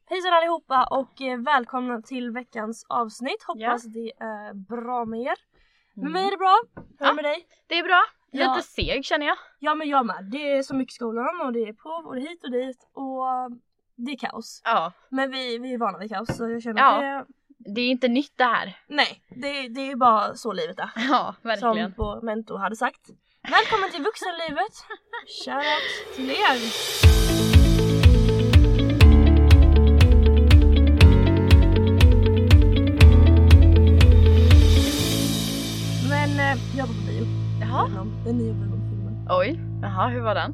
Hejsan allihopa och välkomna till veckans avsnitt. Hoppas det är bra med er. Med mig är det bra. Hur är det med dig? Det är bra. Lite seg känner jag. Ja, men jag med. Det är så mycket skolan och det är prov och det är hit och dit och det är kaos. Ja. Men vi är vana vid kaos så jag känner att det är inte nytt det här. Nej, det är bara så livet är. Ja, verkligen. Som på mentor hade sagt. Välkommen till vuxenlivet. Shoutout till er. Jag var på bio. Jaha. Den nya filmen. Oj, jaha, hur var den?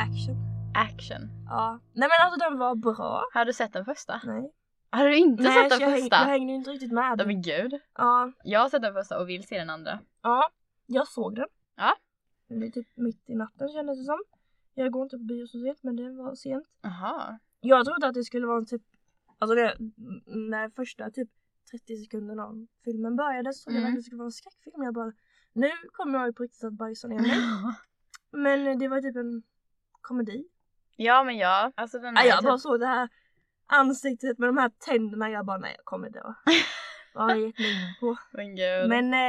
Action. Ja. Nej men alltså den var bra. Har du sett den första? Nej. Har du inte sett den första? Jag hängde inte riktigt med. Ja, men gud. Ja. Jag har sett den första och vill se den andra. Ja, jag såg den. Ja. Det är typ mitt i natten kändes det som. Jag går inte på bio så sent men det var sent. Jaha. Jag trodde att det skulle vara en typ, alltså det, när första typ 30 sekunderna av filmen började så trodde jag att det skulle vara en skräckfilm. Jag bara, nu kommer jag ju på riktigt att bajsa ner mig. Men det var typ en komedi. Ja, men ja. Alltså den jag typ... bara såg det här ansiktet med de här tänderna. Jag bara, nej jag kommer dö. Vad har jag gett mig på? Men gud.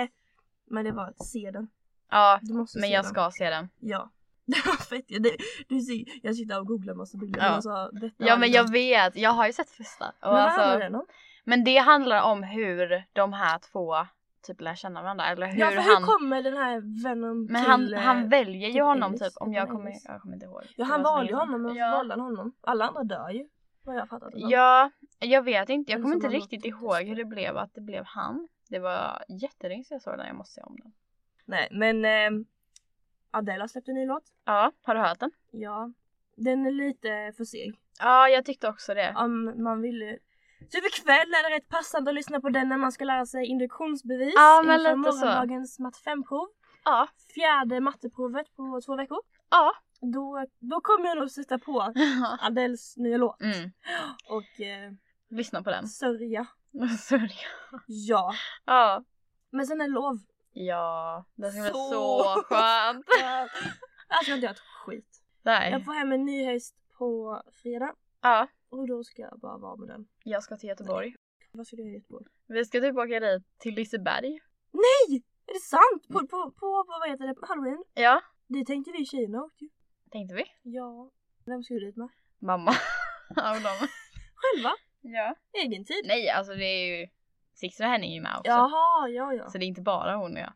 Men det var att se den. Ja, men jag ska se den. Ja. Det var fett. Du ser, jag sitter och googlar massa bilder. Ja, alltså, ja men jag vet. Jag har ju sett första. Och men vad handlar den om? Men det handlar om hur de här två typ lär känna varandra. Eller hur hur kommer den här Venom men till... han väljer ju honom typ. Om jag kommer inte ihåg. Ja, han valde honom och valde honom. Alla andra dör ju. Vad jag fattat. Ja, jag vet inte. Jag kommer inte riktigt ihåg hur det blev. Att det blev han. Det var jättelänge sedan jag såg den. Jag måste se om den. Nej, men Adele har släppt en ny låt. Ja, har du hört den? Ja, den är lite för seg. Ja, jag tyckte också det. Om man vill... Typ ikväll är det rätt passande att lyssna på den när man ska lära sig induktionsbevis. Ja, men inför lite så. morgondagens matte 5-prov. Ja. 4:e matteprovet på 2 veckor. Ja. Då kommer jag nog sätta på Adeles nya låt. Och lyssna på den. Sörja. Sörja. Ja. Ja. Men sen är det lov. Ja, det ska bli så skönt. Jag ska inte göra ett skit. Nej. Jag får hem en ny häst på fredag. Ja. Och då ska jag bara vara med den. Jag ska till Göteborg. Nej. Vad ska du göra i Göteborg? Vi ska typ åka dit till Liseberg. Nej! Är det sant? På vad heter det? Halloween? Ja. Det tänkte vi i Kina åkte ju. Tänkte vi? Ja. Vem ska du dit med? Mamma. Av dem. Själva? Ja. Egen tid? Nej, alltså det är ju... Sixten och henne är ju med också. Jaha, ja. Så det är inte bara hon och jag.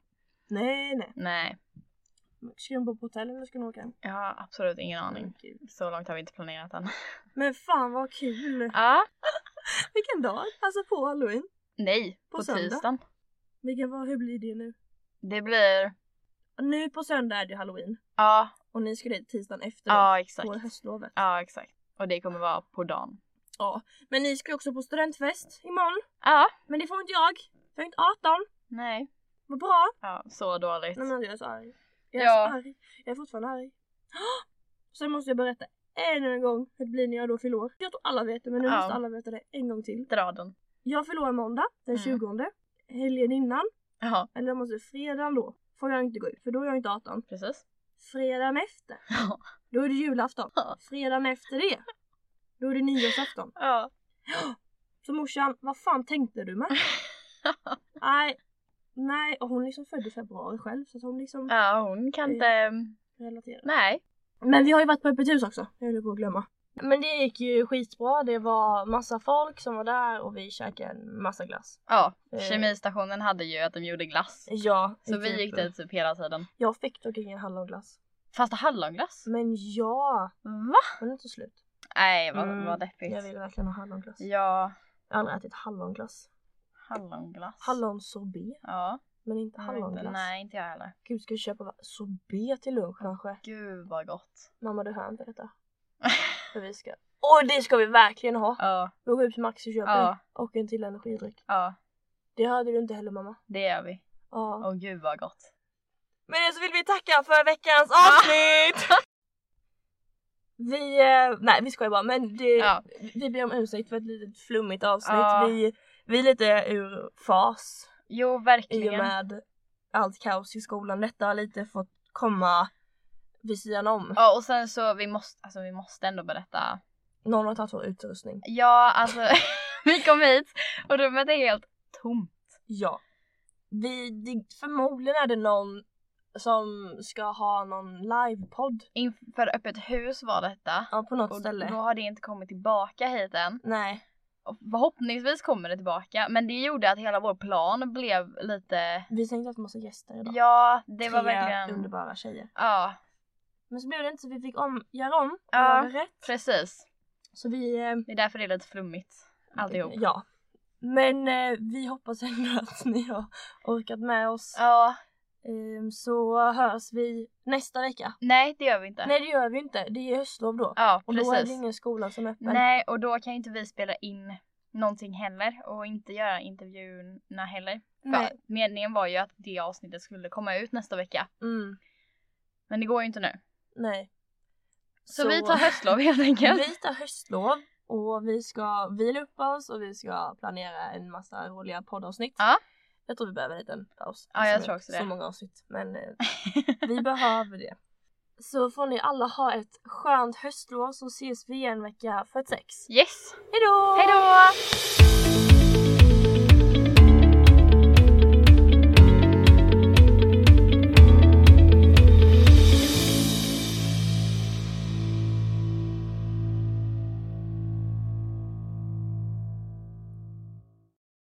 Nej. Ska de bo på hotell eller ska de åka hem? Jag har absolut ingen aning. Så långt har vi inte planerat än. Men fan vad kul. Ja. Vilken dag? Alltså på Halloween? Nej, på tisdagen. Hur blir det nu? Det blir... Nu på söndag är det Halloween. Ja. Och ni ska dit tisdagen efter då, ja, exakt. på höstlovet. Ja, exakt. Och det kommer vara på dagen. Ja, men ni ska också på studentfest imorgon. Ja. Men det får inte jag. Jag är inte 18. Nej. Vad bra. Ja, så dåligt. Nej, men jag är så arg. Jag är fortfarande arg. Sen måste jag berätta ännu en gång hur det blir när jag då fyller år. Jag tror alla vet det, men nu måste alla veta det en gång till. Dra den. Jag fyller år måndag, den 20. Helgen innan. Jaha. Eller jag måste fredagen då. Får jag inte gå ut, för då är jag inte 18. Precis. Fredagen efter. Då är det julafton. Fredagen efter det. Då är det nyårsafton. Ja. Så morsan, vad fan tänkte du med? Nej, och hon liksom födde februari själv. Så att hon liksom... Ja, hon kan inte... relatera. Nej. Men vi har ju varit på öppet hus också. Jag höll på att glömma. Men det gick ju skitbra. Det var massa folk som var där och vi käkade en massa glass. Ja, kemistationen hade ju att de gjorde glass. Ja. Så vi gick dit typ hela tiden. Jag fick dock ingen hallonglass. Fast hallonglass? Men ja. Va? Men det är inte slut. Nej, vad deppigt. Jag vill verkligen ha hallonglass. Ja. Jag har aldrig ätit hallonglass. Hallonglass? Hallonsorbet. Ja. Men inte hallonglass. Nej, inte jag heller. Gud, ska vi köpa sorbet till lunch kanske? Gud, vad gott. Mamma, du hör inte detta. För vi ska... det ska vi verkligen ha. Ja. Vi går ut till Max och köper och en till energidryck. Ja. Det hörde du inte heller, mamma. Det gör vi. Ja. Åh gud, vad gott. Med det så vill vi tacka för veckans avsnitt! Vi skojar bara, men vi ber om ursäkt för ett litet flummigt avsnitt. Vi är lite ur fas. Jo, verkligen. I och med allt kaos i skolan. Detta har lite fått komma vid sidan om. Ja, och sen så vi måste ändå berätta någon har tagit vår utrustning. Ja, alltså vi kom hit och rummet är helt tomt. Ja. Förmodligen är det någon som ska ha någon livepodd. Inför öppet hus var detta. Ja, på något och ställe. Då har det inte kommit tillbaka hit än. Nej. Och förhoppningsvis kommer det tillbaka. Men det gjorde att hela vår plan blev lite... Vi tänkte att vi måste gäster idag. Ja, det var 3 verkligen... underbara tjejer. Ja. Men så blev det inte, så vi fick göra om. Ja, göra rätt. precis. Så vi... Det är därför det är lite flummigt. Alltihop. Ja. Men vi hoppas ändå att ni har orkat med oss. Ja. Så hörs vi nästa vecka. Nej, det gör vi inte. Nej, det gör vi inte. Det är höstlov då. Ja, och precis. då är det ingen skola som är öppen. Nej, och då kan inte vi spela in någonting heller. Och inte göra intervjuerna heller. Nej. För meningen var ju att det avsnittet skulle komma ut nästa vecka. Mm. Men det går ju inte nu. Nej. Så vi tar höstlov helt enkelt. Vi tar höstlov. Och vi ska vila upp oss och vi ska planera en massa roliga poddavsnitt. Ja. Jag tror vi behöver en liten paus. Ja, jag tror också det. Så många avsnitt. Men vi behöver det. Så får ni alla ha ett skönt höstlov, så ses vi igen vecka 46. Yes! Hejdå! Hejdå!